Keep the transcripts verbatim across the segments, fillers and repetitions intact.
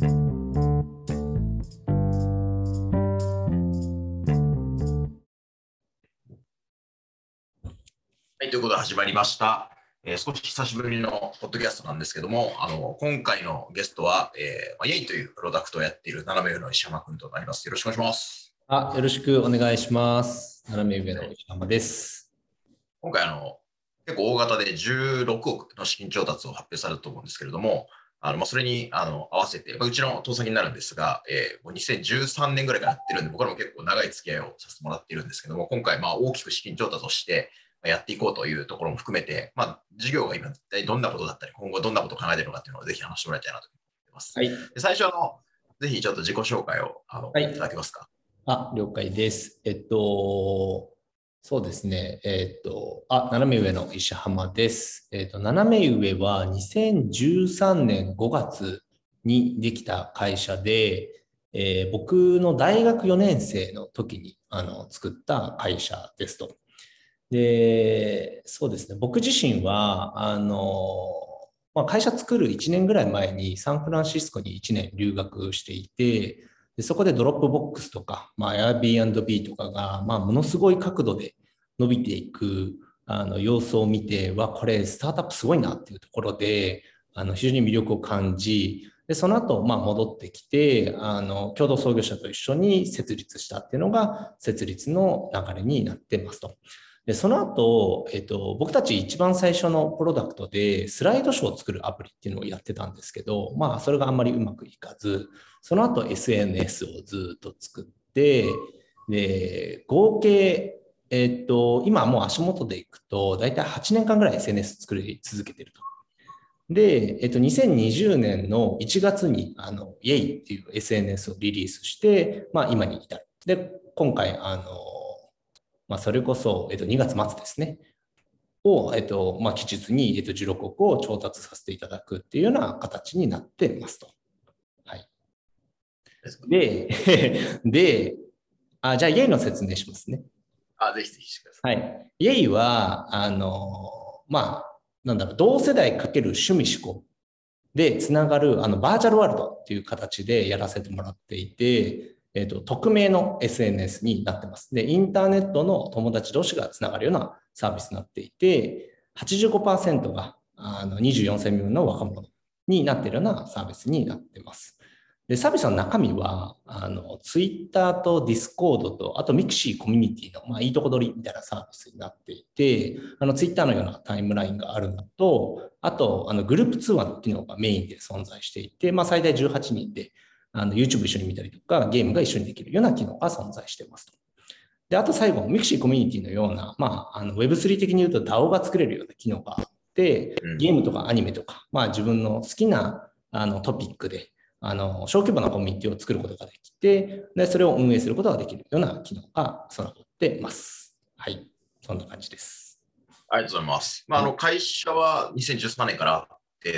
はい、ということで始まりました。えー、少し久しぶりのポッドキャストなんですけども、あの今回のゲストは、えー、イェイというプロダクトをやっている斜め上の石浜君となります。よろしくお願いします。 あ、よろしくお願いします。斜め上の石浜です。 今回あの、結構大型でじゅうろくおくの資金調達を発表されたと思うんですけれども、あのまあ、それにあの合わせて、まあ、うちの当先になるんですが、えー、もうにせんじゅうさんねんぐらいからやってるんで、僕らも結構長い付き合いをさせてもらっているんですけども、今回まあ大きく資金調達をしてやっていこうというところも含めて、まあ、事業が今一体どんなことだったり、今後どんなことを考えているのかっていうのをぜひ話してもらいたいなと思っています。はい、で最初あの、ぜひちょっと自己紹介をあの、はい、いただけますか。 あ、了解です。えっと、そうですね。えっと、あ、斜め上の石浜です。えっと、斜め上はにせんじゅうさんねんごがつにできた会社で、えー、僕の大学よねん生の時にあの作った会社ですと。で、そうですね。僕自身は、あの、まあ、会社作るいちねんぐらい前にサンフランシスコにいちねん留学していて、でそこでドロップボックスとか、まあ、Airbnb とかが、まあ、ものすごい角度で伸びていくあの様子を見て、わ、これスタートアップすごいなっていうところで、あの非常に魅力を感じ、でその後、まあ、戻ってきて、あの共同創業者と一緒に設立したっていうのが、設立の流れになってますと。でその後、えっと、僕たち一番最初のプロダクトでスライドショーを作るアプリっていうのをやってたんですけど、まあ、それがあんまりうまくいかず、その後 エスエヌエス をずっと作って、で、合計、えっと、今もう足元でいくと、だいたいはちねんかんぐらい エスエヌエス 作り続けてると。で、えっと、にせんにじゅうねんのいちがつに、あの、イェイっていう エスエヌエス をリリースして、まあ、今に至る。で、今回、あの、まあ、それこそ、えっと、にがつ末ですね。を、えっと、まあ、期日に、えっと、じゅうろくおくを調達させていただくっていうような形になってますと。はい。で、で、あ、じゃあ、イェイの説明しますね。 あ、ぜひぜひしてください。 はい。イェイは、あの、まあ、なんだろう、同世代かける趣味思考でつながる、あの、バーチャルワールドっていう形でやらせてもらっていて、えっと、匿名の エスエヌエス になってます。で、インターネットの友達同士がつながるようなサービスになっていて、はちじゅうごパーセント があのにじゅうよんさい未満の若者になっているようなサービスになっています。で、サービスの中身は、あの、Twitter と Discord と、あと Mixi コミュニティの、まあ、いいとこ取りみたいなサービスになっていて、あの、Twitter のようなタイムラインがあるのと、あと、あの、グループ通話の機能がメインで存在していて、まあ、最大じゅうはちにんで、あの、YouTube 一緒に見たりとか、ゲームが一緒にできるような機能が存在していますと。で、あと最後、Mixi コミュニティのような、まあ、あの ウェブスリー 的に言うと ダオ が作れるような機能があって、ゲームとかアニメとか、まあ、自分の好きなあのトピックで、あの小規模なコミュニティを作ることができて、でそれを運営することができるような機能が備わっています。はい、そんな感じです。 ありがとうございます。まあ、あの会社はにせんじゅうさんねんからあって、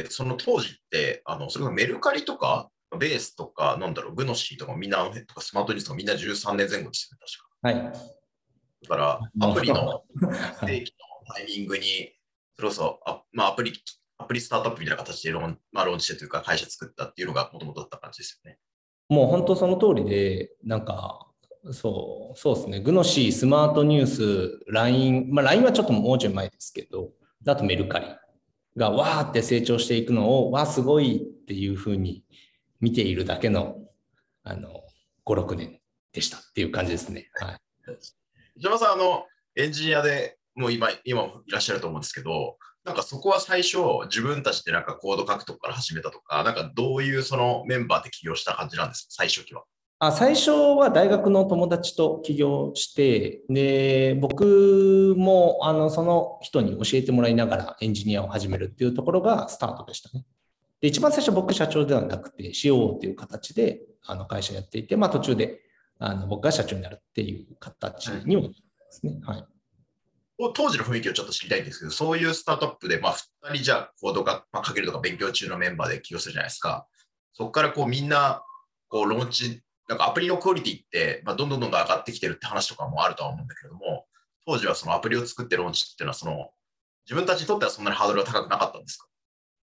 その当時って、あのそれがメルカリとか、ベースとか、なんだろう、グノシーとか、みんな、とかスマートニュースとか、みんなじゅうさんねんぜん後ですよね、確か。 はい。 だから、アプリの正規のタイミングに、それこそ、あまあ、アプリ、アプリスタートアップみたいな形でローン、まあ、ローンチしてというか、会社作ったっていうのがもともとだった感じですよね。 もう本当その通りで、なんか、そう、そうですね。グノシー、スマートニュース、ライン、まあ ライン はちょっともうちょい前ですけど、あとメルカリがわーって成長していくのを、わーすごいっていうふうに見ているだけの、あの、ご、ろくねんでしたっていう感じですね。はい。 石山さん、あの、エンジニアでもう今、今もいらっしゃると思うんですけど、なんかそこは最初、自分たちでなんかコード書くとこから始めたとか、なんかどういうそのメンバーで起業した感じなんですか、最初期は。 あ、最初は大学の友達と起業して、で、僕もあのその人に教えてもらいながらエンジニアを始めるっていうところがスタートでしたね。で、一番最初僕社長ではなくて シーオーオー っていう形であの会社やっていて、まあ途中であの僕が社長になるっていう形にもなりますね。はい。 当時の雰囲気をちょっと知りたいんですけど、そういうスタートアップで、まあ、ふたりじゃあコードが、まあ、書けるとか勉強中のメンバーで起業するじゃないですか。そこからこうみんなこうローンチ、なんかアプリのクオリティって、まあ、どんどんどんどん上がってきてるって話とかもあるとは思うんだけれども、当時はそのアプリを作ってローンチっていうのはその、自分たちにとってはそんなにハードルが高くなかったんですか？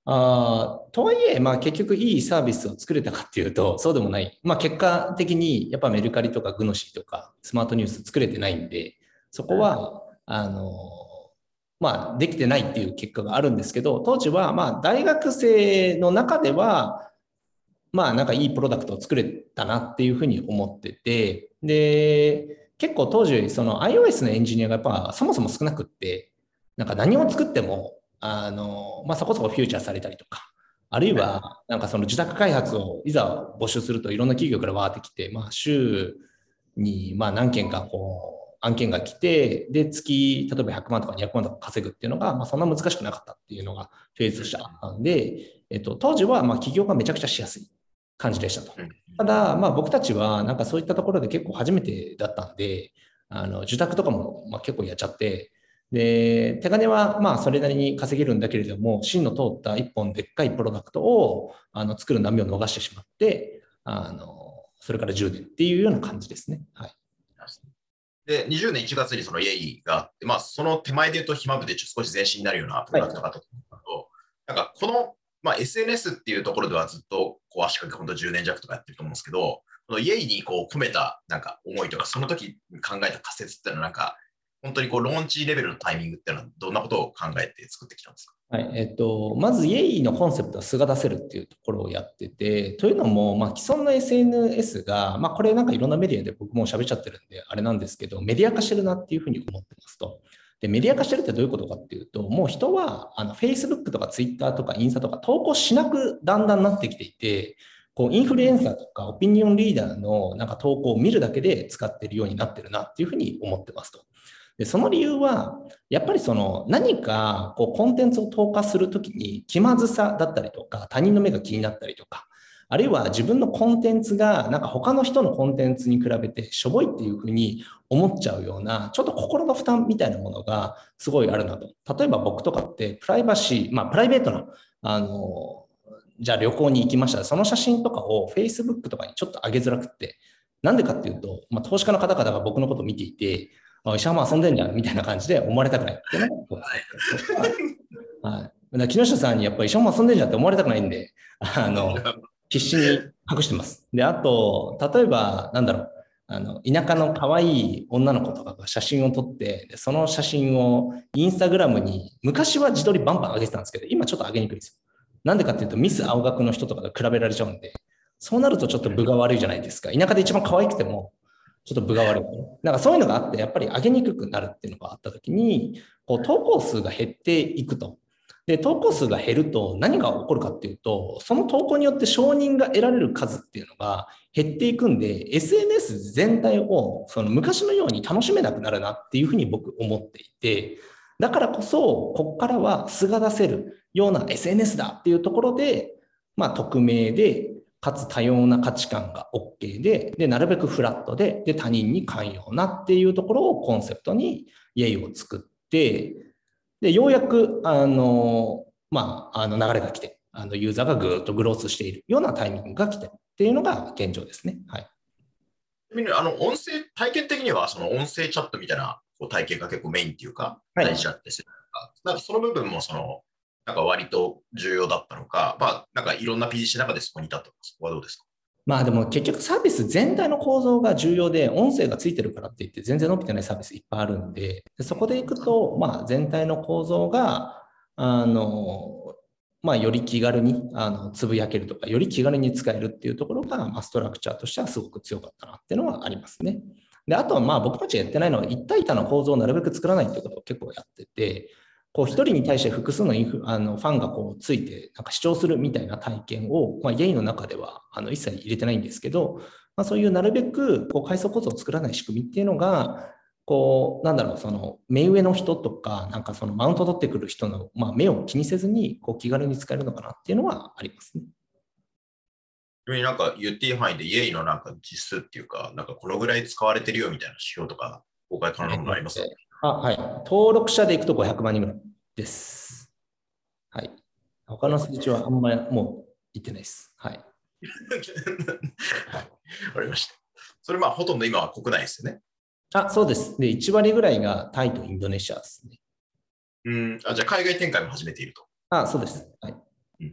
あとはいえ、まあ、結局いいサービスを作れたかっていうと、そうでもない。まあ、結果的にやっぱメルカリとかグノシーとかスマートニュース作れてないんで、そこは、あの、まあ、できてないっていう結果があるんですけど、当時は、まあ、大学生の中では、まあ、なんかいいプロダクトを作れたなっていうふうに思ってて、で、結構当時、その iOS のエンジニアがやっぱそもそも少なくって、なんか何を作っても、あの、まあ、そこそこフューチャーされたりとか、あるいは、なんかその自宅開発をいざ募集するといろんな企業からわーってきて、まあ、週にまあ何件かこう、案件が来て、で、月、例えばひゃくまんとかにひゃくまんとか稼ぐっていうのが、まあ、そんな難しくなかったっていうのがフェーズとしてあったんで、えっと、当時はまあ起業がめちゃくちゃしやすい感じでしたと。ただ、まあ、僕たちはなんかそういったところで結構初めてだったんで、あの受託とかもまあ結構やっちゃって、で、手金はまあそれなりに稼げるんだけれども、芯の通った一本でっかいプロダクトをあの作る波を逃してしまって、あのそれからじゅうねんっていうような感じですね。はい。 で、にじゅうねんいちがつにそのイェイがあって、まあ、その手前で言うと、暇部で少し前進になるようなプロダクトがあったと思うんだけど、はい、なんかこの、まあ、エスエヌエス っていうところではずっとこう足掛け、本当じゅうねん弱とかやってると思うんですけど、このイェイにこう込めたなんか思いとか、その時に考えた仮説っていうのは、なんか、本当にこうローンチレベルのタイミングっていうのは、どんなことを考えて作ってきたんですか？ はい、えっと、まず、イェイのコンセプトは素が出せるっていうところをやってて、というのも、まあ、既存の エスエヌエス が、まあ、これなんかいろんなメディアで僕も喋っちゃってるんで、あれなんですけど、メディア化してるなっていうふうに思ってますと。で、メディア化してるってどういうことかっていうと、もう人は、あの、Facebook とか Twitter とかインスタとか投稿しなくだんだんなってきていて、こう、インフルエンサーとかオピニオンリーダーのなんか投稿を見るだけで使ってるようになってるなっていうふうに思ってますと。で、その理由は、やっぱりその何かこうコンテンツを投下するときに気まずさだったりとか、他人の目が気になったりとか、あるいは自分のコンテンツがなんか他の人のコンテンツに比べてしょぼいっていうふうに思っちゃうような、ちょっと心の負担みたいなものがすごいあるなと。例えば僕とかってプライバシー、まあプライベートな、あの、じゃあ旅行に行きました。その写真とかを Facebook とかにちょっと上げづらくって、なんでかっていうと、まあ、投資家の方々が僕のことを見ていて、石浜遊んでんじゃんみたいな感じで思われたくないっていうのが、はい。木下さんにやっぱり石浜遊んでんじゃんって思われたくないんで、あの、必死に隠してます。で、あと、例えば、なんだろう、あの、田舎の可愛い女の子とかが写真を撮って、でその写真をインスタグラムに、昔は自撮りバンバン上げてたんですけど、今ちょっと上げにくいですよ。なんでかっていうと、ミス青学の人とかと比べられちゃうんで、そうなるとちょっと分が悪いじゃないですか。田舎で一番可愛くても、ちょっと分が悪い。なんかそういうのがあって、やっぱり上げにくくなるっていうのがあったときに、こう投稿数が減っていくと。で、投稿数が減ると何が起こるかっていうと、その投稿によって承認が得られる数っていうのが減っていくんで、エスエヌエス 全体をその昔のように楽しめなくなるなっていうふうに僕思っていて、だからこそ、ここからは素が出せるような エスエヌエス だっていうところで、まあ、匿名で、かつ多様な価値観が OK で、で、なるべくフラットで、で、他人に寛容なっていうところをコンセプトにイェイを作って、で、ようやく、あの、まあ、あの流れが来て、あのユーザーがぐーっとグロースしているようなタイミングが来てっていうのが現状ですね。はい。 ちなみに、あの、音声、体験的には、その音声チャットみたいなこう体験が結構メインっていうか、大事だってしてるか、なんかその部分も、その、なんか割と重要だったのか、まあ、なんかいろんな ピーシー の中でそこにいたとか、そこはどうですか？ まあでも結局サービス全体の構造が重要で、音声がついてるからって言って全然伸びてないサービスいっぱいあるんで、でそこでいくと、まあ全体の構造が、あの、まあより気軽にあのつぶやけるとか、より気軽に使えるっていうところが、まあ、ストラクチャーとしてはすごく強かったなっていうのはありますね。で、あとはまあ僕たちがやってないのは一対多の構造をなるべく作らないっていうことを結構やってて、こう一人に対して複数のインフあのファンがこうついてなんか主張するみたいな体験を、まあ、ゲイの中ではあの一切入れてないんですけど、まあ、そういうなるべくこう階層構造を作らない仕組みっていうのが、こうなんだろう、その目上の人とか、なんかそのマウント取ってくる人の、まあ、目を気にせずにこう気軽に使えるのかなっていうのはありますね。 ちなみになんか言っていい範囲で、イェイのなんか実数っていうか、なんかこのぐらい使われてるよみたいな指標とか、公開可能なものありますか？ あ、はい。登録者でいくとごひゃくまんにんぐらいです。はい。他の数値はあんまりもう言ってないです。はい。わかりました。それまあほとんど今は国内ですよね。 あ、そうです。で、いち割ぐらいがタイとインドネシアですね。 うん、あ、じゃあ海外展開も始めていると。 あ、そうです。はい。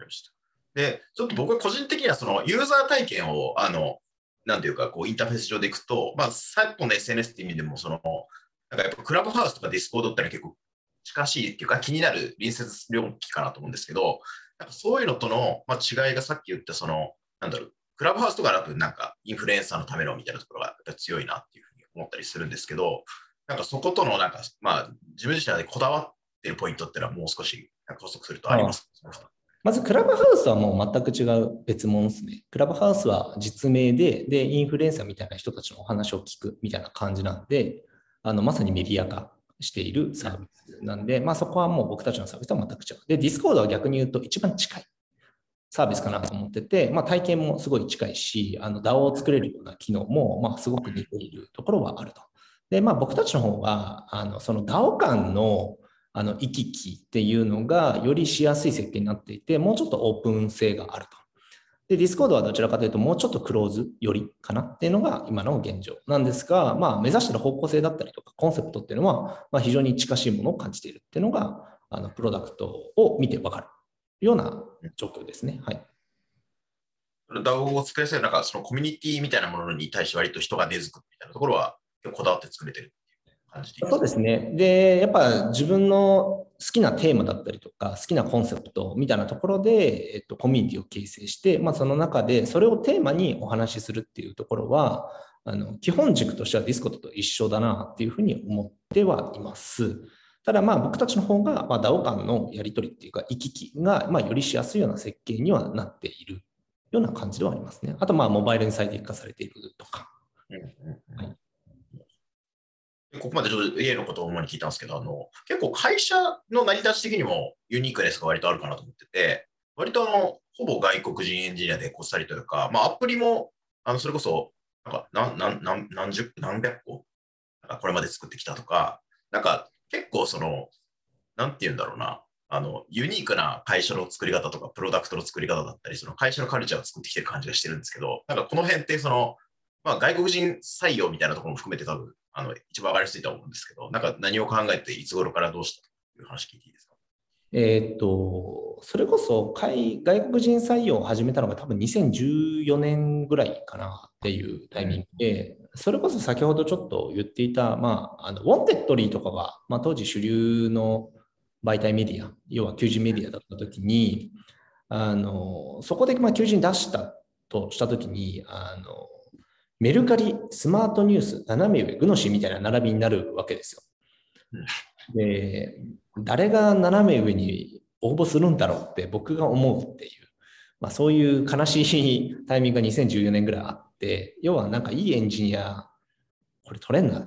りました。で、ちょっと僕は個人的にはそのユーザー体験を、あの、なんていうか、こう、インターフェース上でいくと、まあ、昨今の エスエヌエス っていう意味でも、その、なんかやっぱクラブハウスとかディスコードってのは結構近しいっていうか、気になる隣接領域かなと思うんですけど、なんかそういうのとの、まあ、違いがさっき言った、その、なんだろう、クラブハウスとかだとなんかインフルエンサーのためのみたいなところが強いなっていうふうに思ったりするんですけど、なんかそことのなんか、まあ、自分自身でこだわってるポイントっていうのはもう少し補足するとありますか？ まず、クラブハウスはもう全く違う別物ですね。クラブハウスは実名で、で、インフルエンサーみたいな人たちのお話を聞くみたいな感じなんで、あのまさにメディア化しているサービスなんで、まあ、そこはもう僕たちのサービスとは全く違う。で、ディスコードは逆に言うと一番近いサービスかなと思ってて、まあ、体験もすごい近いし、あの ダオ を作れるような機能も、まあ、すごく似ているところはあると。で、まあ、僕たちの方は、あのその ダオ 間のあの行き来っていうのがよりしやすい設計になっていて、もうちょっとオープン性があると。で、Discord はどちらかというと、もうちょっとクローズよりかなっていうのが今の現状なんですが、まあ、目指している方向性だったりとか、コンセプトっていうのは、まあ、非常に近しいものを感じているっていうのが、あのプロダクトを見て分かるような状況ですね。はい。 ダオ を作りやすい、なんかそのコミュニティみたいなものに対して割と人が根付くみたいなところは、こだわって作れてるっていう感じでいいですか？ そうですね。で、やっぱ自分の好きなテーマだったりとか、好きなコンセプトみたいなところで、えっと、コミュニティを形成して、まあ、その中でそれをテーマにお話しするっていうところは、あの基本軸としてはディスコットと一緒だなっていうふうに思ってはいます。ただまあ僕たちの方が、まあ、ダオ 間のやり取りっていうか行き来が、まあ、よりしやすいような設計にはなっているような感じではありますね。あとまあモバイルに最適化されているとか。 うんうんうん、 はい。 ここまでちょっと エーアイ のことを主に聞いたんですけど、あの結構会社の成り立ち的にもユニークネスが割とあるかなと思ってて、割とあのほぼ外国人エンジニアでこっさりというか、まあ、アプリもあのそれこそなんか何何何何十何百個なんかこれまで作ってきたとか、なんか結構その、なんて言うんだろうな、あのユニークな会社の作り方とか、プロダクトの作り方だったり、その会社のカルチャーを作ってきてる感じがしてるんですけど、なんかこの辺ってその、まあ、外国人採用みたいなところも含めて多分、あの一番分かりやすいと思うんですけど、なんか何を考えて、いつ頃からどうしたという話聞いていいですか？ えーっと、それこそ海外国人採用を始めたのが多分にせんじゅうよねんぐらいかなっていうタイミングで、それこそ先ほどちょっと言っていた、まあ、あのウォンテッドリーとかが、まあ、当時主流の媒体メディア、要は求人メディアだったときに、あのそこでまあ求人出したとしたときに、あのメルカリ、スマートニュース、斜め上、グノシーみたいな並びになるわけですよ。で、誰が斜め上に応募するんだろうって僕が思うっていう、まあ、そういう悲しいタイミングがにせんじゅうよねんぐらいあって、要はなんかいいエンジニア、これ取れんなって、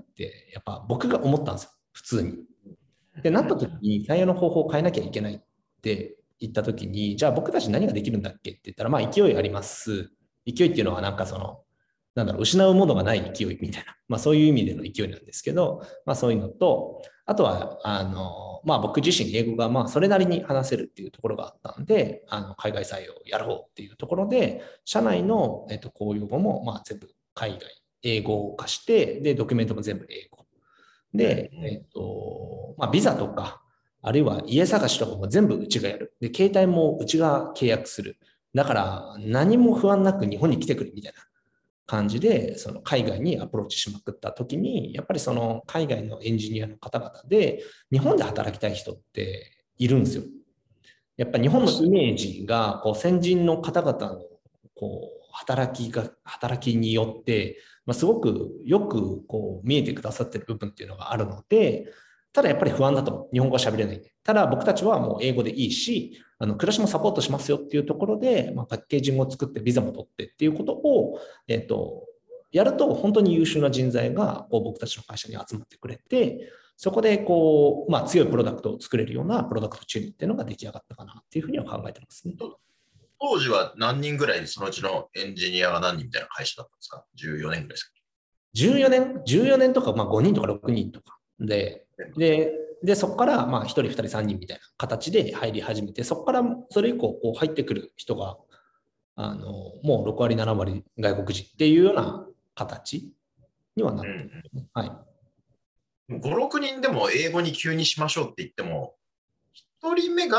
やっぱ僕が思ったんですよ、普通に。で、なった時に採用の方法を変えなきゃいけないって言った時に、じゃあ僕たち何ができるんだっけって言ったら、まあ勢いあります。勢いっていうのはなんかその、なんだろう、失うものがない勢いみたいな、まあそういう意味での勢いなんですけど、まあそういうのと、あとは、あの、まあ僕自身英語がまあそれなりに話せるっていうところがあったんで、あの海外採用やろうっていうところで、社内の、えっと、公用語もまあ全部海外、英語化して、で、ドキュメントも全部英語。で、えっと、まあビザとか、あるいは家探しとかも全部うちがやる。で、携帯もうちが契約する。だから何も不安なく日本に来てくれみたいな感じで、その海外にアプローチしまくった時に、やっぱりその海外のエンジニアの方々で、日本で働きたい人っているんですよ。やっぱり日本のイメージが、こう先人の方々のこう働きが、働きによって、まあ、すごくよくこう見えてくださってる部分っていうのがあるので、ただやっぱり不安だと、日本語は喋れない。ただ僕たちはもう英語でいいし、あの暮らしもサポートしますよっていうところで、まあ、パッケージングを作ってビザも取ってっていうことを、えっと、やると本当に優秀な人材がこう僕たちの会社に集まってくれて、そこでこう、まあ、強いプロダクトを作れるようなプロダクトチームっていうのが出来上がったかなっていうふうには考えてますね。 当時は何人ぐらいでそのうちのエンジニアが何人みたいな会社だったんですか？ じゅうよ 年ぐらいですか？ じゅうよねん、じゅうよねんとか、まあ、ごにんとかろくにんとかで、で、でそこからまあひとり、ふたり、さんにんみたいな形で入り始めて、そこからそれ以降こう入ってくる人があのもうろくわり、ななわり外国人っていうような形にはなってる、うんうん、はい。 ご、ろくにんでも英語に急にしましょうって言っても、ひとりめが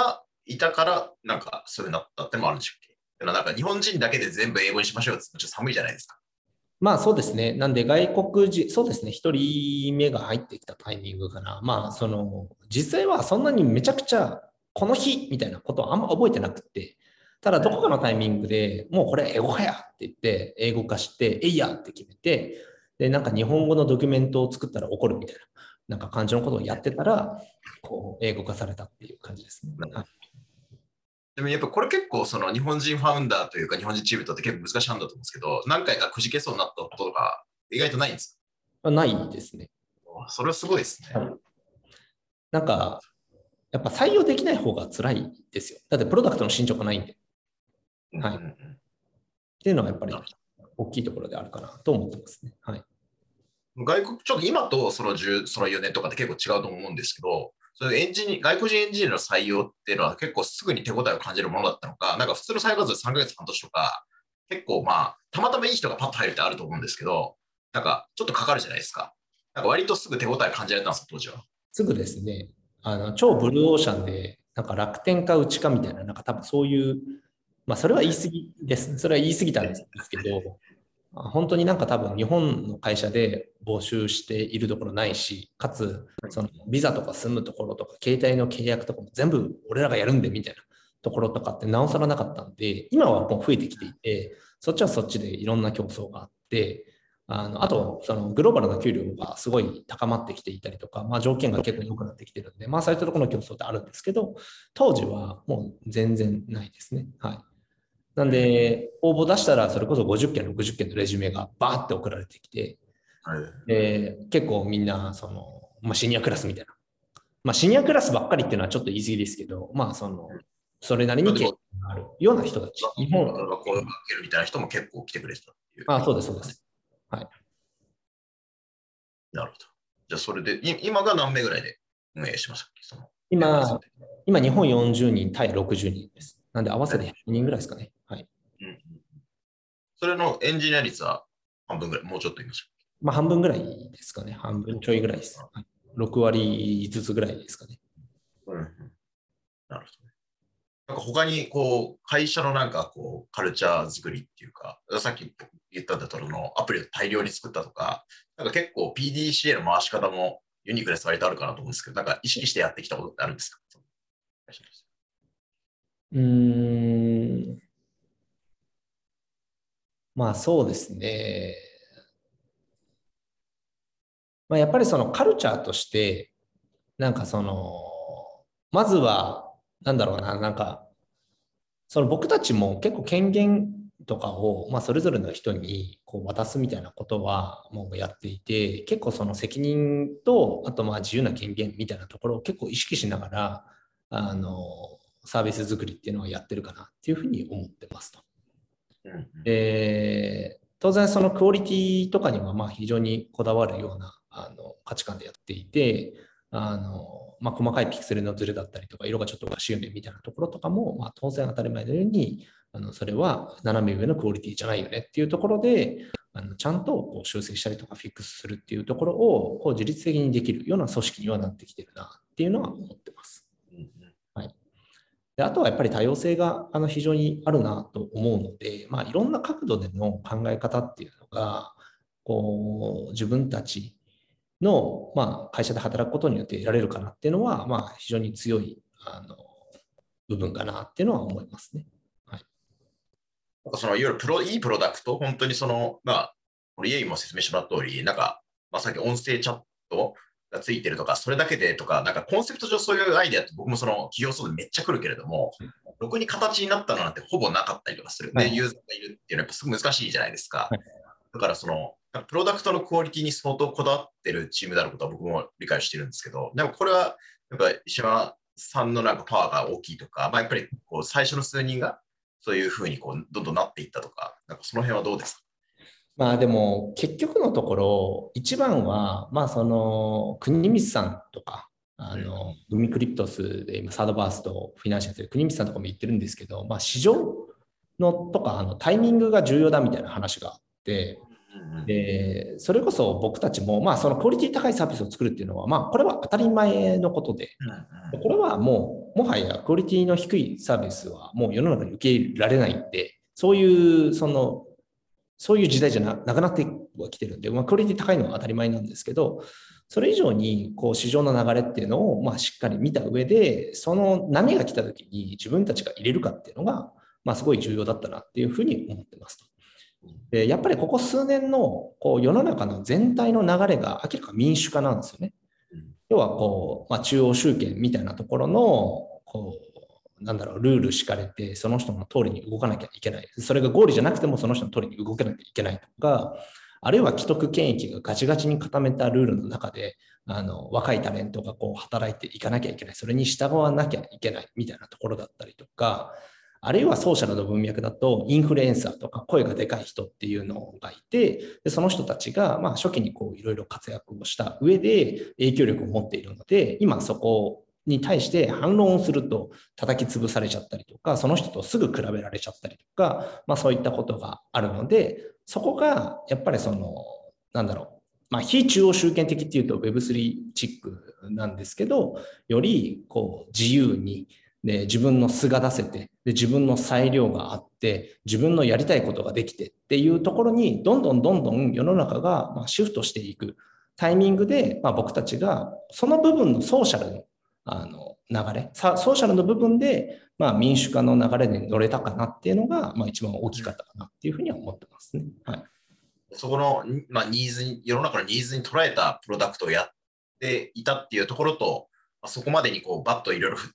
いたから、なんかそういうふうになったってのもあるんでしょうっけ。でもなんか日本人だけで全部英語にしましょうってちょっと寒いじゃないですか。 まあそうですね。なんで外国人、そうですね。一人目が入ってきたタイミングかな。まあその、実際はそんなにめちゃくちゃこの日みたいなことはあんま覚えてなくて、ただどこかのタイミングでもうこれ英語かやって言って、英語化して、えいやって決めて、で、なんか日本語のドキュメントを作ったら怒るみたいな、なんか感じのことをやってたら、こう、英語化されたっていう感じですね。はい、 でもやっぱこれ結構その日本人ファウンダーというか日本人チームにとって結構難しい判断だと思うんですけど、何回かくじけそうになったこととか意外とないんですまあないですね。 か。それはすごいですね。 はい、なんか、やっぱ採用できない方が辛いですよ。だってプロダクトの進捗がないんで。はい。うんうんうん、っていうのはやっぱり大きいところであるかなと思ってますね。はい。 外国、ちょっと今とそのじゅう、そのよねんとかって結構違うと思うんですけど、そういうエンジニア、外国人エンジニアの採用っていうのは結構すぐに手応えを感じるものだったのか、なんか普通の採用数さんかげつ、半年とか、結構まあ、たまたまいい人がパッと入るってあると思うんですけど、なんかちょっとかかるじゃないですか。なんか割とすぐ手応え感じられたんですか、当時は。 すぐですね。あの超ブルーオーシャンで、なんか楽天かうちかみたいな、なんか多分そういう、まあそれは言い過ぎですね。それは言い過ぎたんですけど、本当になんか多分日本の会社で募集しているところないし、かつそのビザとか住むところとか携帯の契約とかも全部俺らがやるんでみたいなところとかってなおさらなかったんで、今はもう増えてきていて、そっちはそっちでいろんな競争があって、あのあとそのグローバルな給料がすごい高まってきていたりとか、まあ、条件が結構良くなってきてるんで、まあそういったところの競争ってあるんですけど、当時はもう全然ないですね。はい。なんで、応募出したら、それこそごじゅっけん、ろくじゅっけんのレジュメがバーって送られてきて、 はい、 で結構みんな、その、まあ、シニアクラスみたいな。まあ、シニアクラスばっかりっていうのはちょっと言い過ぎですけど、まあ、その、それなりに経験があるような人たち。日本。 学校を受けるみたいな人も結構来てくれてたっていう。 あ、そうです、そうです。はい。 なるほど。じゃあ、それで、今が何名ぐらいで運営しましたっけ、その今、今、日本よんじゅうにん、対ろくじゅうにんです。なんで、合わせてひゃくにんぐらいですかね。はい。うん、 それのエンジニア率は半分ぐらい、もうちょっと言いましょう。まあ、半分ぐらいですかね。半分ちょいぐらいです。はい、ろくわりずつぐらいですかね。 うんうん、なるほど。なんか他にこう会社のなんかこうカルチャー作りっていうか、さっき言ったんだとのアプリを大量に作ったとか、なんか結構 ピーディーシーエー の回し方もユニークです割とあるかなと思うんですけど、なんか意識してやってきたことってあるんですか？ うーん。まあそうですね。まあ、やっぱりそのカルチャーとして、なんかその、まずは、なんだろうな、なんか、その僕たちも結構権限とかを、まあ、それぞれの人にこう渡すみたいなことはもうやっていて、結構その責任と、あとまあ自由な権限みたいなところを結構意識しながら、あの、サービス作りっていうのはやってるかなっていうふうに思ってますと。で、当然そのクオリティとかにはまあ非常にこだわるようなあの価値観でやっていて、あのまあ、細かいピクセルのズレだったりとか、色がちょっとおかしいよねみたいなところとかも、まあ、当然当たり前のように、あのそれは斜め上のクオリティじゃないよねっていうところで、あのちゃんとこう修正したりとかフィックスするっていうところをこう自律的にできるような組織にはなってきてるなっていうのは思ってます。はい、であとはやっぱり多様性があの非常にあるなと思うので、まあ、いろんな角度での考え方っていうのが、こう自分たちの、まあ、会社で働くことによって得られるかなっていうのは、まあ、非常に強いあの部分かなっていうのは思いますね。はい、 なんかそのいわゆるプロいいプロダクト、本当にその、まあ、これ、家も説明してもらった通り、なんか、まあ、さっき音声チャットがついてるとか、それだけでとか、なんかコンセプト上そういうアイデアって僕もその企業層でめっちゃ来るけれども、ろくに形になったのなんてほぼなかったりとかする。で、はい、ユーザーがいるっていうのはやっぱすごく難しいじゃないですか。はい、だからその、プロダクトのクオリティに相当こだわってるチームであることは僕も理解してるんですけど、でもこれは、やっぱ石山さんのなんかパワーが大きいとか、まあ、やっぱりこう最初の数人がそういうふうにこうどんどんなっていったとか、なんかその辺はどうですか？ まあでも結局のところ、一番は、まあその、国光さんとか、あの、グミクリプトスで今、サードバーストフィナンシャルで国光さんとかも言ってるんですけど、まあ市場のとか、あのタイミングが重要だみたいな話があって、でそれこそ僕たちも、まあ、そのクオリティ高いサービスを作るっていうのは、まあ、これは当たり前のことで、これはもう、 もはやクオリティの低いサービスはもう世の中に受け入れられないんで、そういう、その、そういう時代じゃ な, なくなってはきてるんで、まあ、クオリティ高いのは当たり前なんですけど、それ以上にこう市場の流れっていうのをまあしっかり見た上で、その波が来た時に自分たちが入れるかっていうのが、まあ、すごい重要だったなっていうふうに思ってますと。でやっぱりここ数年のこう世の中の全体の流れが明らか民主化なんですよね。要はこう、まあ、中央集権みたいなところのこうなんだろうルール敷かれてその人の通りに動かなきゃいけない。それが合理じゃなくてもその人の通りに動けなきゃいけないとか、あるいは既得権益がガチガチに固めたルールの中であの若いタレントがこう働いていかなきゃいけない。それに従わなきゃいけないみたいなところだったりとか、あるいはソーシャルの文脈だとインフルエンサーとか声がでかい人っていうのがいて、でその人たちがまあ初期にこういろいろ活躍をした上で影響力を持っているので、今そこに対して反論をすると叩き潰されちゃったりとか、その人とすぐ比べられちゃったりとか、まあ、そういったことがあるので、そこがやっぱりそのなんだろう、まあ、非中央集権的っていうと ウェブスリー チックなんですけど、よりこう自由にで自分の素が出せて、で自分の裁量があって自分のやりたいことができてっていうところにどんどんどんどん世の中がまあシフトしていくタイミングで、まあ、僕たちがその部分のソーシャルのあの流れ、ソーシャルの部分で、まあ、民主化の流れに乗れたかなっていうのが、まあ、一番大きかったかなっていうふうには思ってますね。はい、 そこの、まあ、ニーズに、世の中のニーズに捉えたプロダクトをやっていたっていうところと、まあ、そこまでにこうバッといろいろ振って、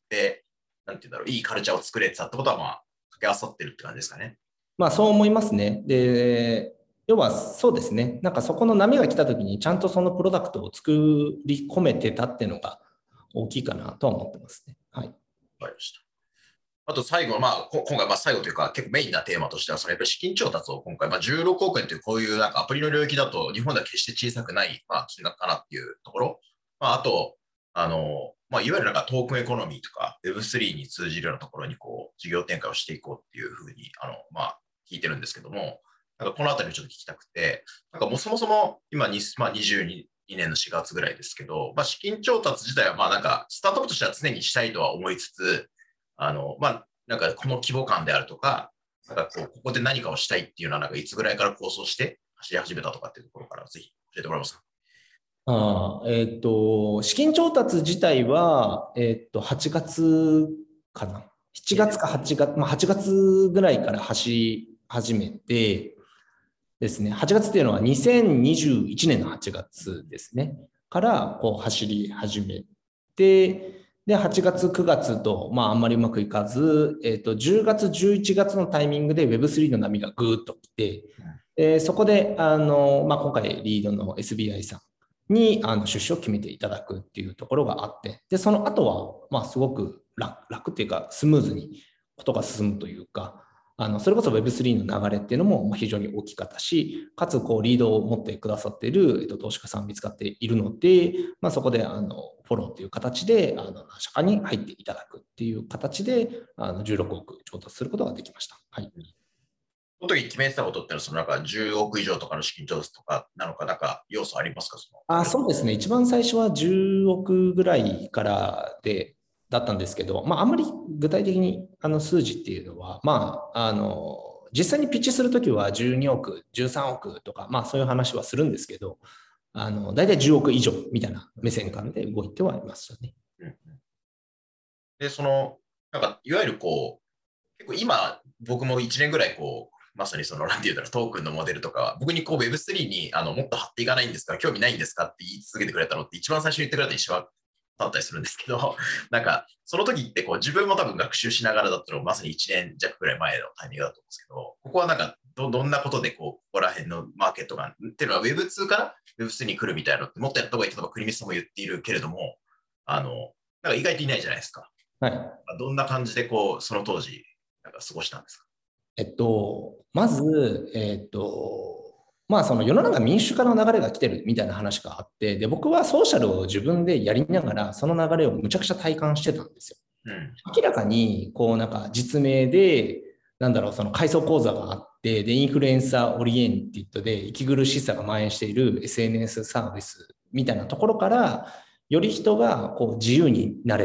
なんていうんだろう、いいカルチャーを作れてたってことは、まあ、掛け合わさってるって感じですかね。 まあ、そう思いますね。で、要はそうですね、なんかそこの波が来たときに、ちゃんとそのプロダクトを作り込めてたっていうのが大きいかなとは思ってますね。はい。わかりました。あと最後、まあ、今回、まあ最後というか、結構メインなテーマとしては、そのやっぱり資金調達を今回、まあ、じゅうろくおくえんというこういうなんかアプリの領域だと、日本では決して小さくない、まあ、金額かなっていうところ。まあ、あと、あの、まあ、いわゆるなんかトークンエコノミーとか ウェブスリー に通じるようなところにこう、事業展開をしていこうっていうふうに、あの、まあ、聞いてるんですけども、なんかこのあたりをちょっと聞きたくて、なんかもうそもそも今に、まあ、にじゅうにねんのしがつぐらいですけど、まあ、資金調達自体はまあなんかスタートアップとしては常にしたいとは思いつつ、あの、まあ、なんかこの規模感であるとか、なんかこう、ここで何かをしたいっていうのは、なんかいつぐらいから構想して走り始めたとかっていうところからぜひ教えてもらえますか。 ああ、えっと、資金調達自体は、えっと、はちがつかな。しちがつかはちがつ、まあ、はちがつぐらいから走り始めてですね、はちがつっていうのはにせんにじゅういちねんのはちがつですね、からこう走り始めて、で、はちがつ、くがつと、まあ、あんまりうまくいかず、えっと、じゅうがつ、じゅういちがつのタイミングで ウェブスリー の波がぐーっと来て、えー、そこで、あの、まあ、今回リードの エスビーアイ さんにあの出資を決めていただくっていうところがあって、で、その後は、まあ、すごく 楽, 楽っていうか、スムーズにことが進むというか、あのそれこそ ウェブスリー の流れっていうのも非常に大きかったし、かつこうリードを持ってくださっている、えっと、投資家さん見つかっているので、まあ、そこであのフォローっていう形であの何社かに入っていただくっていう形であのじゅうろくおく調達することができました。はい。 その時決めてたことってのは、そのなんかじゅうおく以上とかの資金調達とかなのか、なんか要素ありますか？そのあ、そうですね。一番最初はじゅうおくぐらいからで、だったんですけど、まあ、あんまり具体的にあの数字っていうのは、まあ、あの、実際にピッチするときはじゅうにおく、じゅうさんおくとか、まあそういう話はするんですけど、あの、大体じゅうおく以上みたいな目線感で動いてはいましたね。 うんうん、で、その、なんか、いわゆるこう、結構今、僕もいちねんぐらいこう、まさにその、なんていうんだろう、トークンのモデルとか、僕にこう ウェブスリー にあのもっと貼っていかないんですか、興味ないんですかって言い続けてくれたのって、一番最初に言ってくれた一緒だったりするんですけど、なんか、その時ってこう自分も多分学習しながらだったのがまさにいちねん弱ぐらい前のタイミングだと思うんですけど、ここはなんかど、どんなことでこう、ここら辺のマーケットが、っていうのは ウェブツー から ウェブスリー に来るみたいなのって、もっとやった方がいいと、例えば国光さんも言っているけれども、あの、なんか意外といないじゃないですか。 はい。 どんな感じでこう、その当時、なんか過ごしたんですか？ えっと、まず、えっと、まあその世の中民主化の流れが来てるみたいな話があって、で、僕はソーシャルを自分でやりながら、その流れをむちゃくちゃ体感してたんですよ。うん、明らかに、こうなんか実名で、なんだろう、その階層講座があって、で、インフルエンサーオリエンティッドで息苦しさが蔓延している エスエヌエス サービスみたいなところから、より人がこう自由になれる。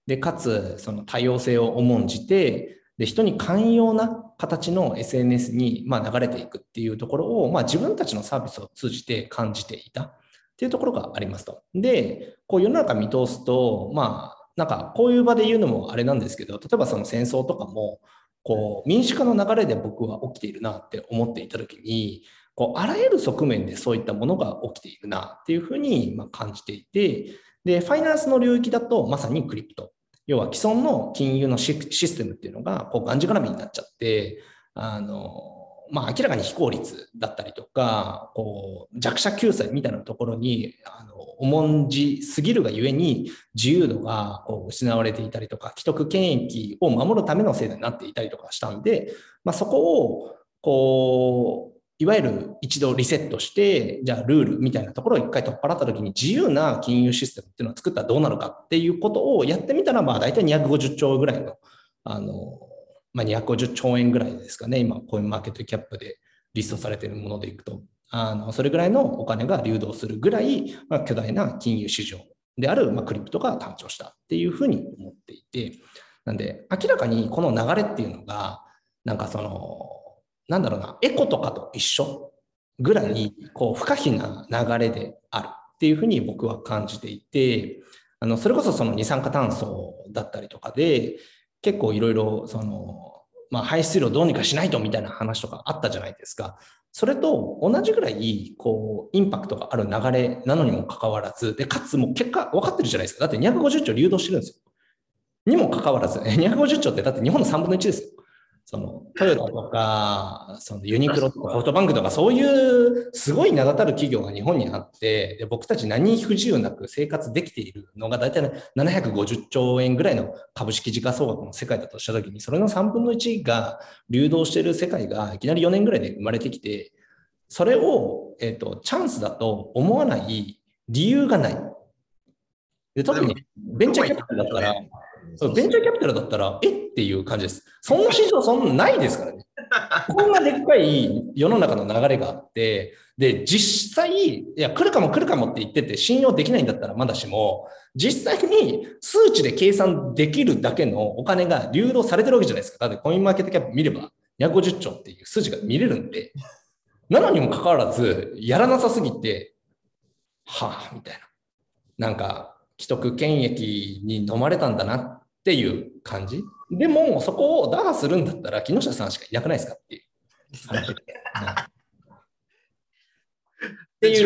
で、かつ、その多様性を重んじて、で、人に寛容な形の エスエヌエス にまあ流れていくっていうところを、まあ、自分たちのサービスを通じて感じていたっていうところがありますと。で、こう世の中見通すと、まあ、なんかこういう場で言うのもあれなんですけど、例えばその戦争とかも、こう民主化の流れで僕は起きているなって思っていたときに、こうあらゆる側面でそういったものが起きているなっていうふうにまあ感じていて、で、ファイナンスの領域だとまさにクリプト。要は既存の金融のシステムっていうのがこうがんじがらめになっちゃって、あの、まあ、明らかに非効率だったりとか、こう弱者救済みたいなところにあの重んじすぎるがゆえに自由度がこう失われていたりとか、既得権益を守るための制度になっていたりとかしたんで、まあ、そこをこういわゆる一度リセットして、じゃあルールみたいなところを一回取っ払ったときに自由な金融システムっていうのを作ったらどうなるかっていうことをやってみたら、まあ大体にひゃくごじゅっちょうぐらいの、あの、まあ、にひゃくごじゅっちょうえんぐらいですかね、今、コインマーケットキャップでリストされているものでいくと、あのそれぐらいのお金が流動するぐらい、まあ、巨大な金融市場である、まあ、クリプトが誕生したっていうふうに思っていて、なんで、明らかにこの流れっていうのが、なんかその、なんだろうな、エコとかと一緒ぐらい、こう、不可避な流れであるっていうふうに僕は感じていて、あの、それこそその二酸化炭素だったりとかで、結構いろいろ、その、まあ、排出量どうにかしないとみたいな話とかあったじゃないですか。それと同じぐらい、こう、インパクトがある流れなのにもかかわらず、で、かつもう結果分かってるじゃないですか。だってにひゃくごじゅっちょう流動してるんですよ。にもかかわらず、にひゃくごじゅっちょうってだって日本のさんぶんのいちですよ。そのトヨタとか、そのユニクロとかソフトバンクとか、そういうすごい名だたる企業が日本にあって、で僕たち何不自由なく生活できているのが大体ななひゃくごじゅっちょうえんぐらいの株式時価総額の世界だとしたときに、それのさんぶんのいちが流動している世界がいきなりよねんぐらいで生まれてきて、それを、えーと、チャンスだと思わない理由がない。で特にベンチャーキャピタルだったら、ベンチャーキャピタルだったら、えっていう感じです。そんな市場そんなないですからね。こんなでっかい世の中の流れがあって、で、実際、いや、来るかも来るかもって言ってて信用できないんだったらまだしも、実際に数値で計算できるだけのお金が流動されてるわけじゃないですか。だってコインマーケットキャップ見ればにひゃくごじゅっちょうっていう数字が見れるんで、なのにもかかわらず、やらなさすぎて、はぁ、みたいな。なんか、既得権益に飲まれたんだなっていう感じ。でも、そこを打破するんだったら、木下さんしかいなくないですかっていう話で。っていう、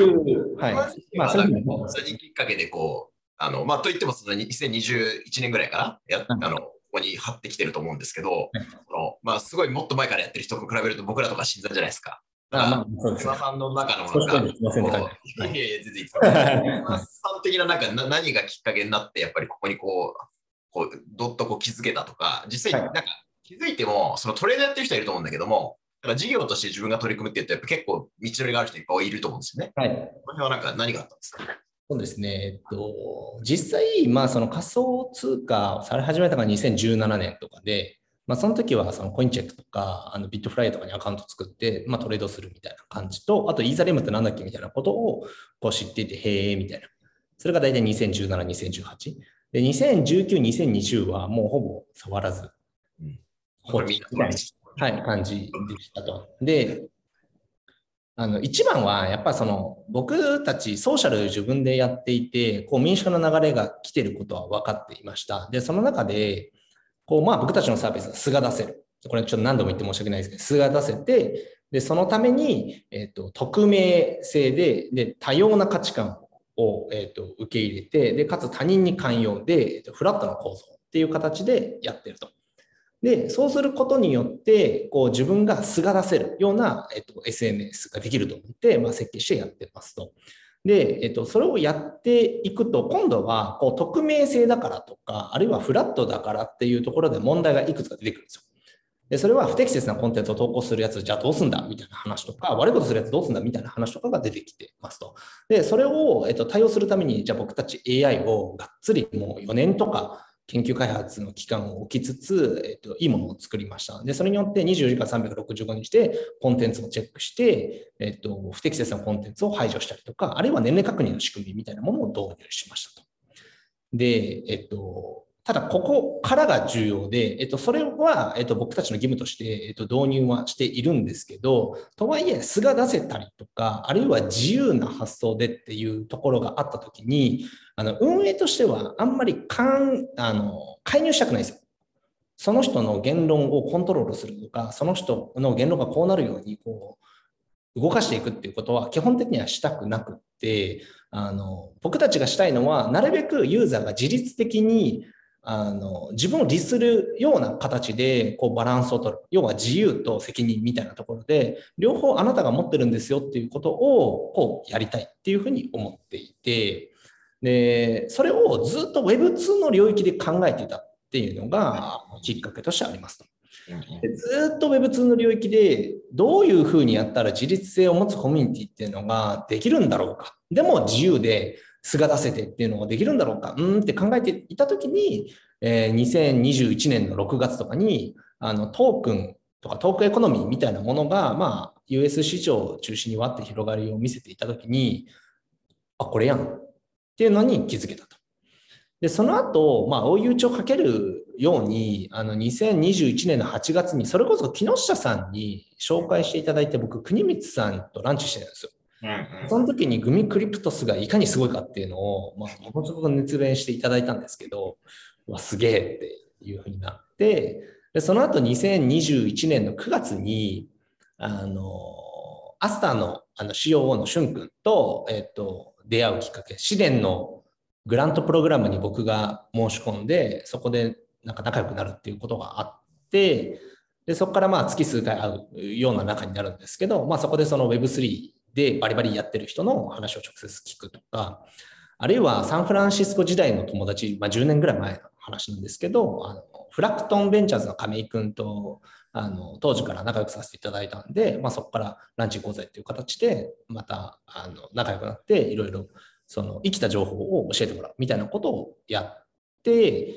はい。 まあ、それにきっかけで、こう、あの、まあ、といっても、そのにせんにじゅういちねんぐらいから、や、あの、ここに張ってきてると思うんですけど、はい、そのまあ、すごいもっと前からやってる人と比べると、僕らとか新参じゃないですか。あまあ、そうですね。さんの中のなんか、いやいや、全然いいですか。さん的な、なんかな、何がきっかけになって、やっぱりここにこう、こうどっとこう気づけたとか、実際、なんか気づいても、そのトレードやってる人いると思うんだけども、だから事業として自分が取り組むって言うと、結構道のりがある人いっぱいいると思うんですよね。はい。この辺はなんか何があったんですか？ そうですね。えっと、実際、まあ、その仮想通貨をされ始めたのがにせんじゅうななねんとかで、まあ、その時はそのコインチェックとか、あのビットフライとかにアカウント作って、まあ、トレードするみたいな感じと、あとイーサリアムってなんだっけみたいなことをこう知っていて、へえ、みたいな。それが大体にせんじゅうなな、にせんじゅうはち。で、にせんじゅうきゅう、にせんにじゅうはもうほぼ触らず、放置みたいな、はい、感じでしたと。で、あの一番はやっぱその僕たちソーシャル自分でやっていて、こう民主化の流れが来てることは分かっていました。で、その中で、こうまあ僕たちのサービスは素が出せる。これちょっと何度も言って申し訳ないですけど、素が出せて、で、そのために、えっと、匿名性で、で、多様な価値観を、えっと、受け入れて、で、かつ他人に寛容で、フラットな構造っていう形でやってると。で、そうすることによって、こう自分が素が出せるような、えっと、エスエヌエス ができると思って、まあ、設計してやってますと。で、えっと、それをやっていくと、今度はこう匿名性だからとか、あるいはフラットだからっていうところで問題がいくつか出てくるんですよ。で、それは不適切なコンテンツを投稿するやつ、じゃあどうすんだみたいな話とか、悪いことするやつどうすんだみたいな話とかが出てきてますと。で、それを、えっと、対応するために、じゃあ僕たち エーアイ をがっつりもうよねんとか、研究開発の期間を置きつつ、えっと、いいものを作りました。で、それによってにじゅうよじかんさんびゃくろくじゅうごにちでコンテンツをチェックして、えっと、不適切なコンテンツを排除したりとか、あるいは年齢確認の仕組みみたいなものを導入しましたと。で、えっと、 ただ、ここからが重要で、えっと、それは、えっと、僕たちの義務として、えっと、導入はしているんですけど、とはいえ、素が出せたりとか、あるいは自由な発想でっていうところがあったときに、あの運営としては、あんまりかんあの介入したくないですよ。その人の言論をコントロールするとか、その人の言論がこうなるようにこう動かしていくっていうことは基本的にはしたくなくって、あの僕たちがしたいのは、なるべくユーザーが自律的にあの自分を律するような形でこうバランスを取る。要は自由と責任みたいなところで、両方あなたが持ってるんですよっていうことをこうやりたいっていうふうに思っていて、でそれをずっと ウェブツー の領域で考えていたっていうのがきっかけとしてありますと。でずっと ウェブツー の領域でどういうふうにやったら自律性を持つコミュニティっていうのができるんだろうか。でも自由で素が出せてっていうのができるんだろうか。うんって考えていたときに、えー、にせんにじゅういちねんのろくがつとかにあのトークンとかトークエコノミーみたいなものが、まあ、ユーエス 市場を中心にわって広がりを見せていたときに、あ、これやんっていうのに気づけたと。で、その後、まあ、追い打ちをかけるように、あの、にせんにじゅういちねんのはちがつに、それこそ木下さんに紹介していただいて、僕、国光さんとランチしてるんですよ。うんうん、その時にグミクリプトスがいかにすごいかっていうのを、まあ、ものすごく熱弁していただいたんですけど、わ、すげえっていうふうになって、で、その後にせんにじゅういちねんのくがつに、あの、アスターのあの シーオーオー のしゅん君と、えっと、出会うきっかけ、試練のグラントプログラムに僕が申し込んで、そこでなんか仲良くなるっていうことがあって、でそこからまあ月数回会うような仲になるんですけど、まあ、そこでその ウェブスリー でバリバリやってる人の話を直接聞くとか、あるいはサンフランシスコ時代の友達、まあ、じゅうねんぐらい前の話なんですけど、あのフラクトンベンチャーズの亀井君とあの当時から仲良くさせていただいたんで、まあ、そこからランチ行こうぜっていう形でまたあの仲良くなっていろいろその生きた情報を教えてもらうみたいなことをやって、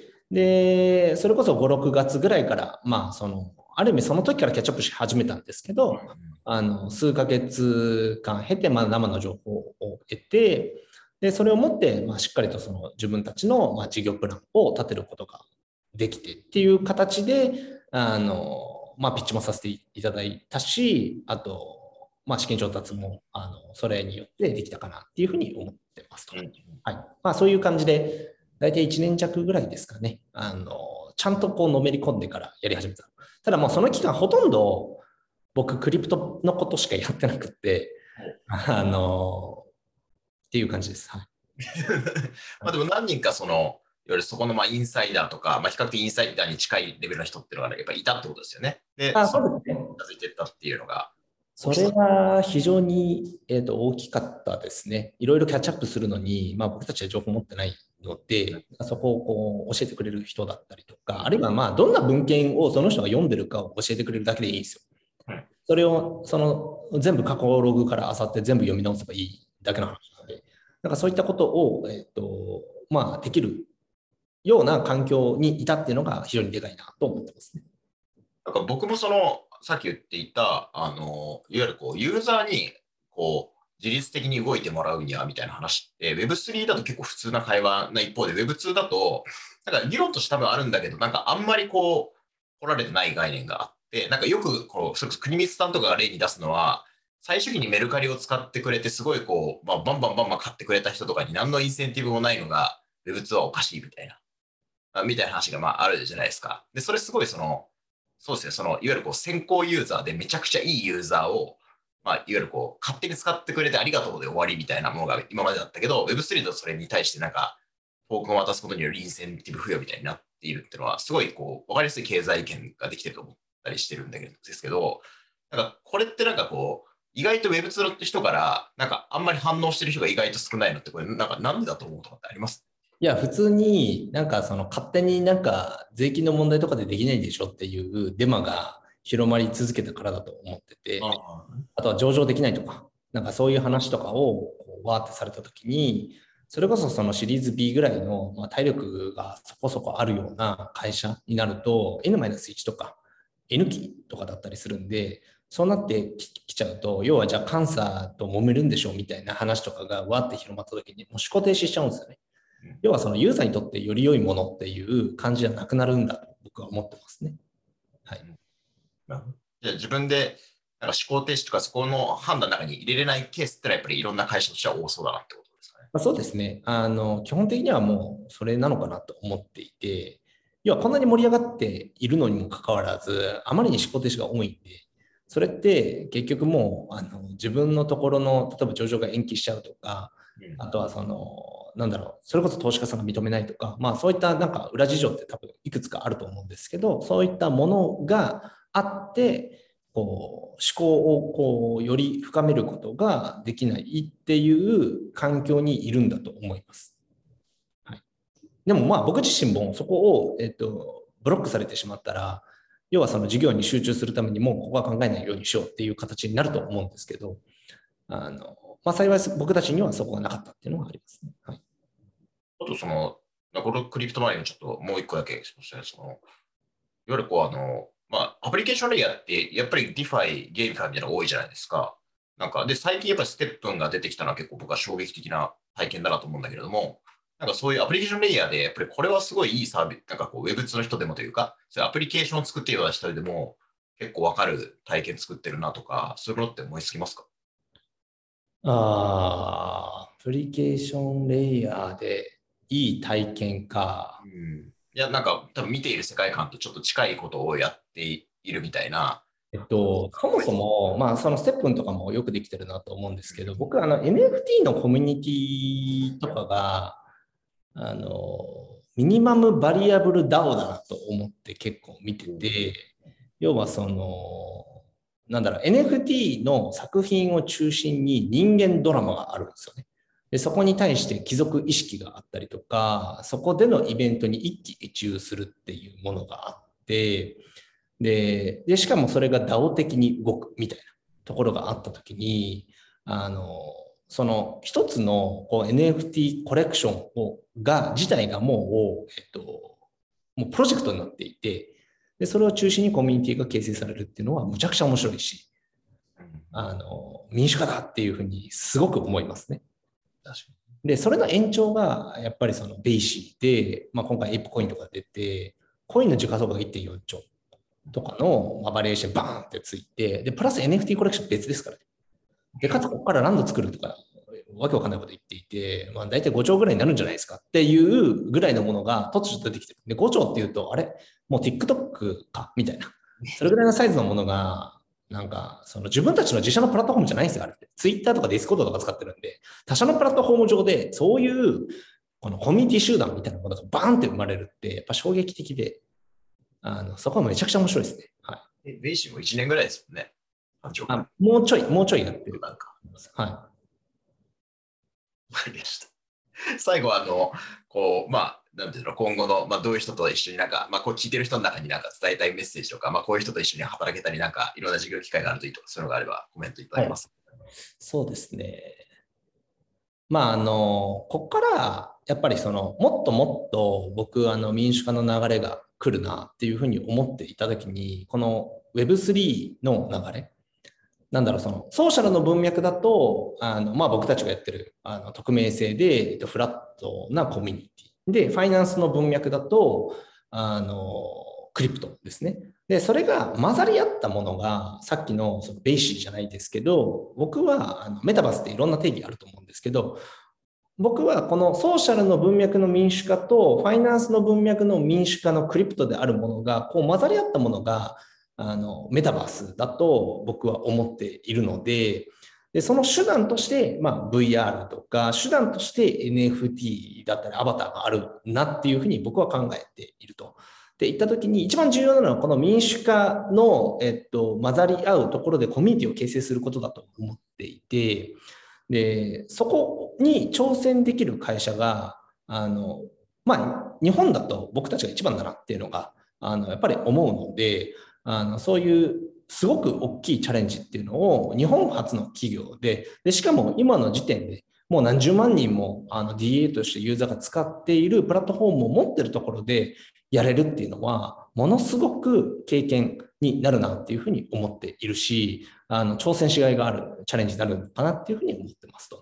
でそれこそご、ろくがつぐらいからまあそのある意味その時からキャッチアップし始めたんですけど、あの数ヶ月間経てまあ生の情報を得て、でそれをもって、まあ、しっかりとその自分たちの、まあ、事業プランを立てることができてっていう形で、あの、まあ、ピッチもさせていただいたし、あと、まあ、資金調達もあのそれによってできたかなっていうふうに思ってますと。はい。まあ、そういう感じで、大体いちねん弱ぐらいですかね。あの、ちゃんとこうのめり込んでからやり始めた。ただもうその期間ほとんど僕クリプトのことしかやってなくって、あの、っていう感じです。はい。 まあでも何人かその、いわゆるそこのまあインサイダーとか、まあ、比較的インサイダーに近いレベルの人っていうのがやっぱりいたってことですよね。で、 あ、そうですね。 続いていったっていうのが。 それは非常に、えーと、大きかったですね。いろいろキャッチアップするのに、まあ、僕たちは情報を持ってないので、そこをこう教えてくれる人だったりとか、あるいはまあどんな文献をその人が読んでるかを教えてくれるだけでいいんですよ。それをその全部過去ログから漁って全部読み直せばいいだけの話なので、だからそういったことを、えーとまあ、できるような環境にいたっていうのが非常にでかいなと思ってますね。 なんか僕もそのさっき言っていたあのいわゆるこうユーザーにこう自律的に動いてもらうにはみたいな話って ウェブスリー だと結構普通な会話な一方で ウェブツー だとなんか議論として多分あるんだけどなんかあんまりこう来られてない概念があってなんかよくこうそれこそ国光さんとかが例に出すのは最初期にメルカリを使ってくれてすごいこう、まあ、バンバンバンバン買ってくれた人とかに何のインセンティブもないのが ウェブツー はおかしいみたいなみたいな話がまああるじゃないですか。でそれすごいそのそうですね、そのいわゆるこう先行ユーザーでめちゃくちゃいいユーザーを、まあ、いわゆるこう勝手に使ってくれてありがとうで終わりみたいなものが今までだったけど、ウェブスリー だとそれに対してなんか、トークンを渡すことによるインセンティブ付与みたいになっているっていうのは、すごいこう分かりやすい経済圏ができてると思ったりしてるんだけどですけど、なんかこれってなんかこう、意外と ウェブツー の人から、なんかあんまり反応してる人が意外と少ないのって、これなんかなんでだと思うとかってあります？ いや、普通になんかその勝手になんか税金の問題とかでできないんでしょっていうデマが広まり続けたからだと思ってて、あ, あとは上場できないとか、なんかそういう話とかをこうわーってされたときに、それこそそのシリーズ B ぐらいの、まあ、体力がそこそこあるような会社になると エヌマイナスいち とか N 期とかだったりするんで、そうなってきちゃうと、要はじゃあ監査と揉めるんでしょうみたいな話とかがわーって広まったときにもう思考停止しちゃうんですよね。 要はそのユーザーにとってより良いものっていう感じじゃなくなるんだと僕は思ってますね。はい。 じゃあ自分でなんか思考停止とかそこの判断の中に入れれないケースってのはやっぱりいろんな会社としては多そうだなってことですかね。 まあ、そうですね。あの、基本的にはもうそれなのかなと思っていて、要はこんなに盛り上がっているのにもかかわらず、あまりに思考停止が多いんで、それって結局もうあの自分のところの、例えば上場が延期しちゃうとか、うん、あとはその、なんだろう、それこそ投資家さんが認めないとか、まあそういったなんか裏事情って多分いくつかあると思うんですけど、そういったものがあって、こう思考をこうより深めることができないっていう環境にいるんだと思います。はい、でもまあ僕自身もそこを、えっと、ブロックされてしまったら、要はその事業に集中するためにもうここは考えないようにしようっていう形になると思うんですけど、あのまあ、幸い僕たちにはそこがなかったっていうのがありますね。はい、 あとその、このクリプトマネーのちょっともう一個だけ、そのいわゆるこうあの、まあ、アプリケーションレイヤーって、やっぱり DeFi、ゲームファイみたいなのが多いじゃないですか。なんか、で、最近やっぱりステップンが出てきたのは結構僕は衝撃的な体験だなと思うんだけれども、なんかそういうアプリケーションレイヤーで、やっぱりこれはすごいいいサービス、なんかこう、ウェブ ツーの人でもというか、そういうアプリケーションを作っているような人でも、結構わかる体験作ってるなとか、そういうことって思いつきますか？ ああ、アプリケーションレイヤーでいい体験か。 うん、いや、なんか多分見ている世界観とちょっと近いことをやっているみたいな。 えっと、そもそも、まあ、そのステップンとかもよくできてるなと思うんですけど、僕、あの、エヌエフティー のコミュニティとかが、あの、ミニマムバリアブル ダオ だなと思って結構見てて、要はその、なんだろう、エヌエフティー の作品を中心に人間ドラマがあるんですよね。でそこに対して貴族意識があったりとか、そこでのイベントに一喜一憂するっていうものがあって、で、でしかもそれが ダオ 的に動くみたいなところがあったときに、あの、その一つのこう エヌエフティー コレクションをが自体がもう、えっと、もうプロジェクトになっていて、でそれを中心にコミュニティが形成されるっていうのはむちゃくちゃ面白いし、あの民主化だっていうふうにすごく思いますね。確かに。で、それの延長がやっぱりそのベイシーで、まあ、今回エイプコインとか出て、コインの時価総額が いってんよんちょうとかの、まあ、バリエーションバーンってついて、で、プラス エヌエフティー コレクション別ですからね。で、かつここからランド作るとか、わけわかんないこと言っていて、まあ、大体ごちょうぐらいになるんじゃないですかっていうぐらいのものが突如出てきてる。で、ごちょうっていうと、あれもう TikTok かみたいな。それぐらいのサイズのものが、なんか、その自分たちの自社のプラットフォームじゃないんですよ、あれって。Twitter とか Discord とか使ってるんで、他社のプラットフォーム上で、そういう、このコミュニティ集団みたいなものがバーンって生まれるって、やっぱ衝撃的で、あのそこはめちゃくちゃ面白いですね。はい。 ベイシーもいちねんぐらいですもんね。 あもうちょい、もうちょいやってる。 なんかはい。 わかりました。最後は、あの、こう、まあ、なんていうの、今後の、まあ、どういう人と一緒になんか、まあ、こう聞いてる人の中になんか伝えたいメッセージとか、まあ、こういう人と一緒に働けたり、なんか、いろんな授業機会があるといいとか、そういうのがあればコメントいただけます。 はい、そうですね。まあ、あの、ここからやっぱりその、もっともっと僕、あの、民主化の流れが来るなっていうふうに思っていただきに、この ウェブスリー の流れ、なんだろう、その、ソーシャルの文脈だと、あの、まあ僕たちがやってる、あの、匿名性で、フラットなコミュニティ。で、ファイナンスの文脈だと、あの、クリプトですね。で、それが混ざり合ったものが、さっきのそのベイシーじゃないですけど、僕はあのメタバースっていろんな定義あると思うんですけど、僕はこのソーシャルの文脈の民主化とファイナンスの文脈の民主化のクリプトであるものが、こう混ざり合ったものが、あのメタバースだと僕は思っているので、でその手段として、まあ、ブイアール とか、手段として エヌエフティー だったりアバターがあるなっていうふうに僕は考えていると。で、言ったときに一番重要なのはこの民主化の、えっと、混ざり合うところでコミュニティを形成することだと思っていて、で、そこに挑戦できる会社が、あの、まあ、日本だと僕たちが一番だなっていうのが、あの、やっぱり思うので、あの、そういうすごく大きいチャレンジっていうのを日本初の企業で、で、しかも今の時点でもう何十万人もあの ディーエー としてユーザーが使っているプラットフォームを持っているところでやれるっていうのは、ものすごく経験になるなっていうふうに思っているし、あの挑戦しがいがあるチャレンジになるのかなっていうふうに思ってますと。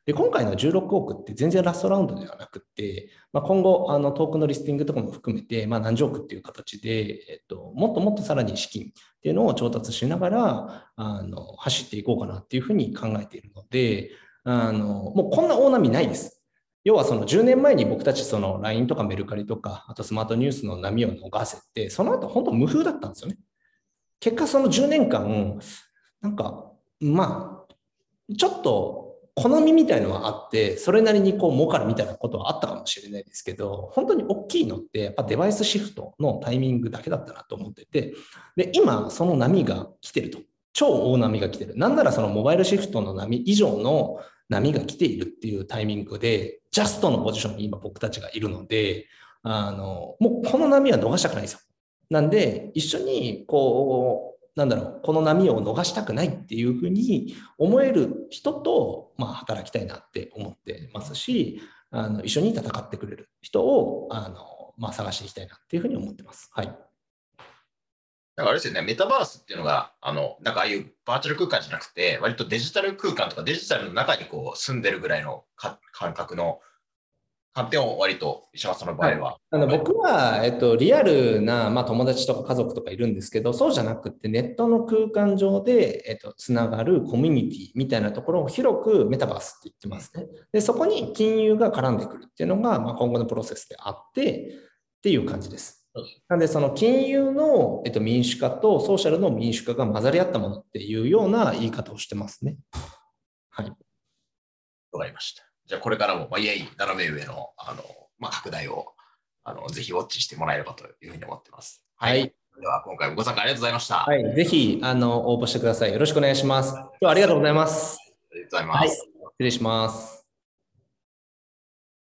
で、今回のじゅうろくおくって全然ラストラウンドではなくて、まあ、今後、あのトークのリスティングとかも含めて、まあ、何十億っていう形で、えっと、もっともっとさらに資金っていうのを調達しながら、あの走っていこうかなっていうふうに考えているので、あのもうこんな大波ないです。要はそのじゅうねんまえに僕たちその ライン とかメルカリとか、あとスマートニュースの波を逃せて、その後本当無風だったんですよね。結果そのじゅうねんかん、なんか、まあ、ちょっと好みみたいのはあって、それなりにこう儲かるみたいなことはあったかもしれないですけど、本当に大きいのってやっぱデバイスシフトのタイミングだけだったなと思ってて、で、今その波が来てると。超大波が来てる。なんならそのモバイルシフトの波以上の波が来ているっていうタイミングで、ジャストのポジションに今僕たちがいるので、あの、もうこの波は逃したくないんですよ。なんで、一緒にこう、なんだろう、この波を逃したくないっていうふうに思える人と、まあ、働きたいなって思ってますし、あの一緒に戦ってくれる人をあの、まあ、探していきたいなっていうふうに思ってます。はい。 なんかあれですよね、メタバースっていうのが、あの、なんかああいうバーチャル空間じゃなくて、割とデジタル空間とかデジタルの中にこう住んでるぐらいのか感覚の観点を割と石山さんの場合は。はい、 あの僕は、えっと、リアルな、まあ、友達とか家族とかいるんですけど、そうじゃなくてネットの空間上で、えっと、つながるコミュニティみたいなところを広くメタバースって言ってますね。で、そこに金融が絡んでくるっていうのが、まあ、今後のプロセスであってっていう感じです。なので、その金融の、えっと、民主化とソーシャルの民主化が混ざり合ったものっていうような言い方をしてますね。はい。 わかりました。じゃあこれからも、まあ、イエイ斜め上の、あの、まあ、拡大をあのぜひウォッチしてもらえればというふうに思ってます。はい。はい、では今回もご参加ありがとうございました。 はい。ぜひあの応募してください。よろしくお願いします。今日はありがとうございます。 ありがとうございます。 はい、失礼します。